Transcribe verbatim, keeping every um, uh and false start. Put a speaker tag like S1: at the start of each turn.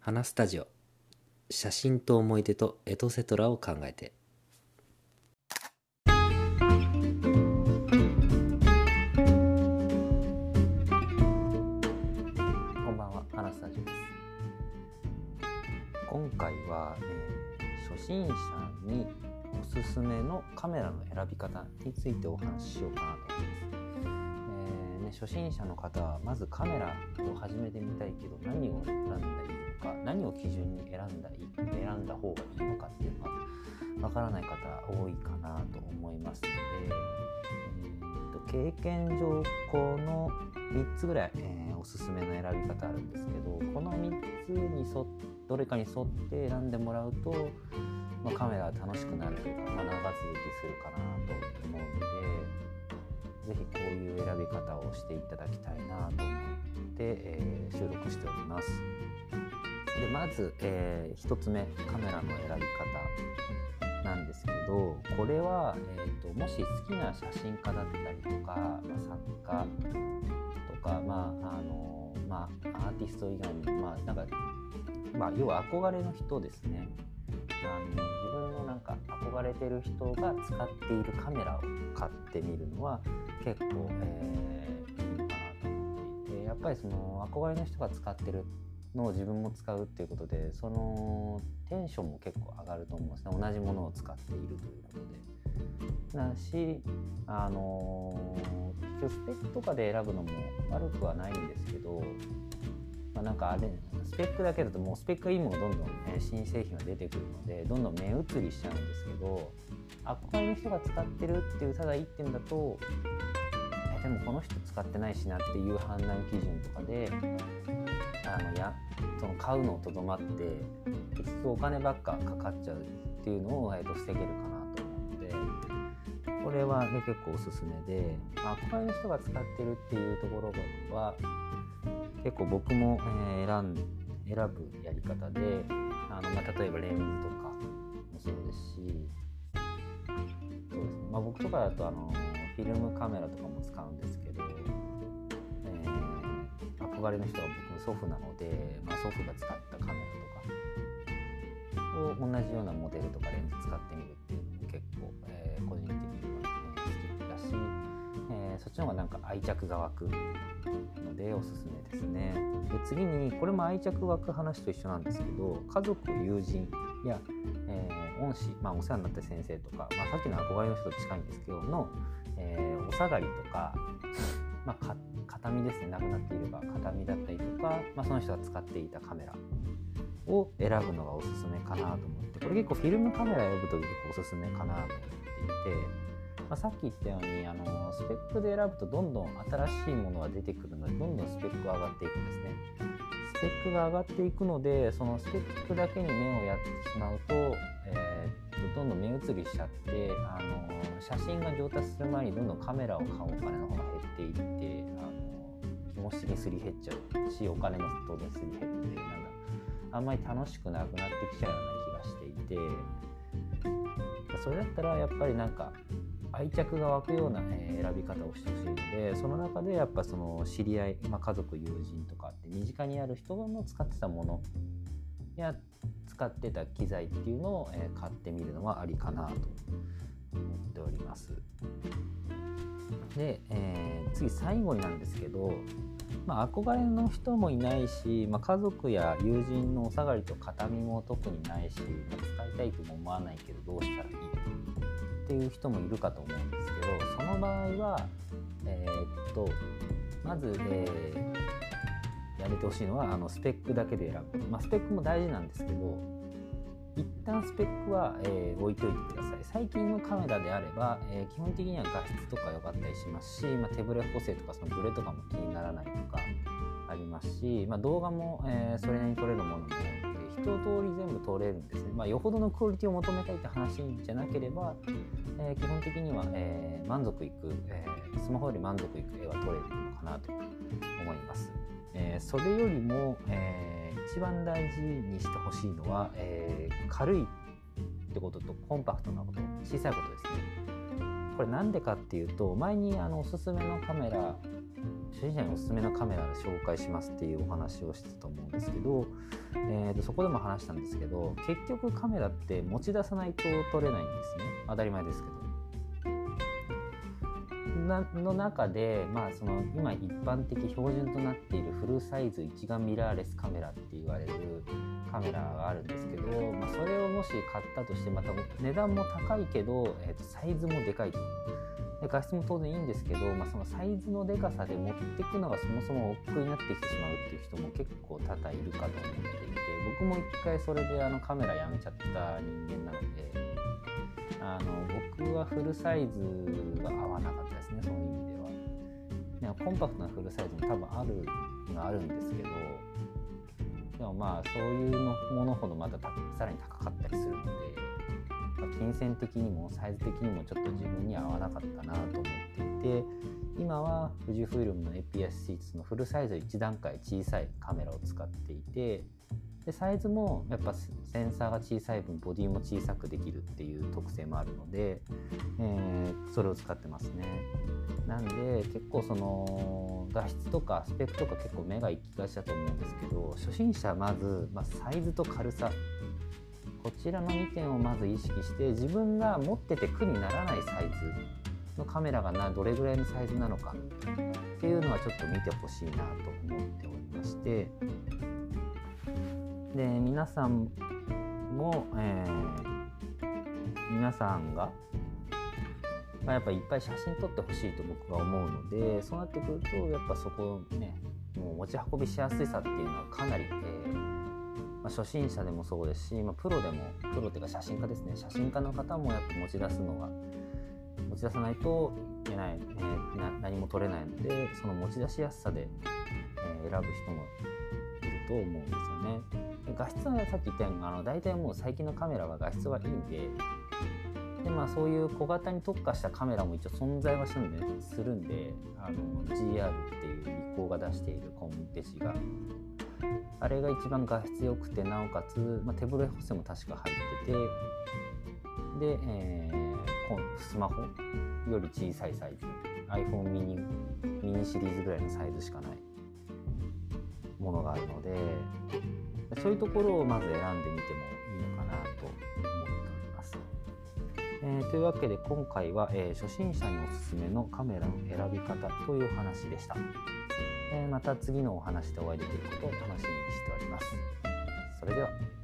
S1: 花スタジオ、写真と思い出とエトセトラを考えて。こんばんは、花スタジオです。今回は、えー、初心者におすすめのカメラの選び方についてお話ししようかなと思います。えーね、初心者の方はまずカメラを始めてみたいけど何を選んだらいいのか、何を基準に選んだいい選んだ方がいいのかっていうのがわからない方多いかなと思いますので、えー、と経験上このみっつぐらい、えー、おすすめの選び方あるんですけど、このみっつに沿どれかに沿って選んでもらうと、まあ、カメラは楽しくなるというか、まあ、長続きするかなと思うので、ぜひこういう選び方をしていただきたいなと思って、えー、収録しております。でまず、えー、ひとつめ、カメラの選び方なんですけど、これは、えー、ともし好きな写真家だったりとか、まあ、作家とか、まああのまあ、アーティスト以外に、まあなんかまあ、要は憧れの人ですね。あの自分のなんか憧れてる人が使っているカメラを買ってみるのは結構、えー、いいのかなと思っていて、やっぱりその憧れの人が使ってるのを自分も使うっていうことで、そのテンションも結構上がると思うんですね。同じものを使っているということでだし、あのー、スペックとかで選ぶのも悪くはないんですけど、まあ、なんかあれスペックだけだともうスペックがいいものがどんどん、ね、新製品が出てくるのでどんどん目移りしちゃうんですけど、憧れの人が使ってるっていうただ一点だと、えでもこの人使ってないしなっていう判断基準とかであのやその買うのをとどまって結局お金ばっかかかっちゃうっていうのを、えー、と防げるかなと思うので、これは、ね、結構おすすめで、まあ、憧れの人が使ってるっていうところは結構僕も、えー、選ん選ぶやり方で、あの、まあ、例えばレンズとかもそうですし、そうですね、まあ、僕とかだとあのフィルムカメラとかも使うんですけど、えー、憧れの人は僕祖父なので、まあ、祖父が使ったカメラとかを同じようなモデルとかレンズ使ってみるっていうのも結構、えー、個人的には、ね、好きだし、えー、そっちの方がなんか愛着が湧くのでおすすめですね。で次に、これも愛着湧く話と一緒なんですけど、家族友人や、えー、恩師、まあ、お世話になった先生とか、まあ、さっきの憧れの人と近いんですけどの、えー、お下がりとか、まあ、か形見ですね、亡くなっていれば形見だったりとか、まあ、その人が使っていたカメラを選ぶのがおすすめかなと思って、これ結構フィルムカメラ選ぶとき結構おすすめかなと思っていて、まあ、さっき言ったようにあのスペックで選ぶとどんどん新しいものが出てくるのでどんどんスペックが上がっていくんですね。スペックが上がっていくので、そのスペックだけに目をやってしまうと、えー、っとどんどん目移りしちゃって、あの写真が上達する前にどんどんカメラを買うお金の方が減っていって、あの気持ち的にすり減っちゃうし、お金も当然すり減って、なんだあんまり楽しくなくなってきちゃうような気がしていて、それだったらやっぱりなんか愛着が湧くような、えー、選び方をしてほしいので、その中でやっぱその知り合い、まあ、家族友人とかって身近にある人の使ってたものや使ってた機材っていうのを、えー、買ってみるのはありかなと思っております。で、えー、次最後になんですけど、まあ、憧れの人もいないし、まあ、家族や友人のお下がりと形見も特にないし、まあ、使いたいとも思わないけどどうしたらいいっていう人もいるかと思うんですけど、その場合は、えー、っとまず、えー、やめてほしいのはあのスペックだけで選ぶこと、まあ、スペックも大事なんですけど、一旦スペックは、えー、置いておいてください。最近のカメラであれば、えー、基本的には画質とか良かったりしますし、まあ、手ブレ補正とかそのブレとかも気にならないとかありますし、まあ、動画も、えー、それなりに撮れるものも多くて一通り全部撮れるんですね。まあ、よほどのクオリティを求めたいって話じゃなければ、えー、基本的には、えー、満足いく、えー、スマホより満足いく絵は撮れるのかなと思います。えー、それよりも、えー、一番大事にしてほしいのは、えー、軽いってこととコンパクトなこと、小さいことですね。これなんでかっていうと、前にあのおすすめのカメラ初心者におすすめのカメラで紹介しますっていうお話をしてたと思うんですけど、えー、とそこでも話したんですけど、結局カメラって持ち出さないと撮れないんですね。当たり前ですけど。なの中で、まあ、その今一般的標準となっているフルサイズ一眼ミラーレスカメラって言われるカメラがあるんですけど、まあ、それをもし買ったとして、また値段も高いけど、えー、とサイズもでかいと。で画質も当然いいんですけど、まあ、そのサイズのでかさで持っていくのがそもそも億劫になってきてしまうっていう人も結構多々いるかと思っていて、僕も一回それであのカメラやめちゃった人間なので、あの僕はフルサイズが合わなかったですね。そういう意味では、ね、コンパクトなフルサイズも多分あるのはあるんですけど、でもまあそういうのものほどまたさらに高かったりするので、まあ、金銭的にもサイズ的にもちょっと自分には合わなかったなと思っていて、今は富士フイルムの エーピーエスシーツのフルサイズいち段階小さいカメラを使っていて、でサイズもやっぱセンサーが小さい分ボディも小さくできるっていう特性もあるので、えー、それを使ってますね。なんで結構その画質とかスペックとか結構目が行きがちだと思うんですけど、初心者はまず、まあ、サイズと軽さ、こちらのにてんをまず意識して、自分が持ってて苦にならないサイズのカメラがなどれぐらいのサイズなのかっていうのはちょっと見てほしいなと思っておりまして、で皆さんも、えー、皆さんが、まあ、やっぱりいっぱい写真撮ってほしいと僕は思うので、そうなってくるとやっぱそこね、もう持ち運びしやすさっていうのはかなり、えーまあ、初心者でもそうですし、まあ、プロでもプロっていうか写真家ですね、写真家の方もやっぱ持ち出すのが持ち出さないといけない、えー、な何も撮れないので、その持ち出しやすさで、えー、選ぶ人もいると思うんですよね。画質はさっき言ったようにあの大体もう最近のカメラは画質はいいんで、で、まあ、そういう小型に特化したカメラも一応存在はするんで、ね、するんであの ジーアール っていうリコーが出しているコンデジが、あれが一番画質良くて、なおかつ、まあ、手ブレ補正も確か入ってて、で、えー、スマホより小さいサイズ iPhone ミニミニシリーズぐらいのサイズしかないものがあるので、そういうところをまず選んでみてもいいのかなと思っております。えー、というわけで今回は、えー、初心者におすすめのカメラの選び方というお話でした。えー、また次のお話でお会いできることを楽しみにしております。それでは。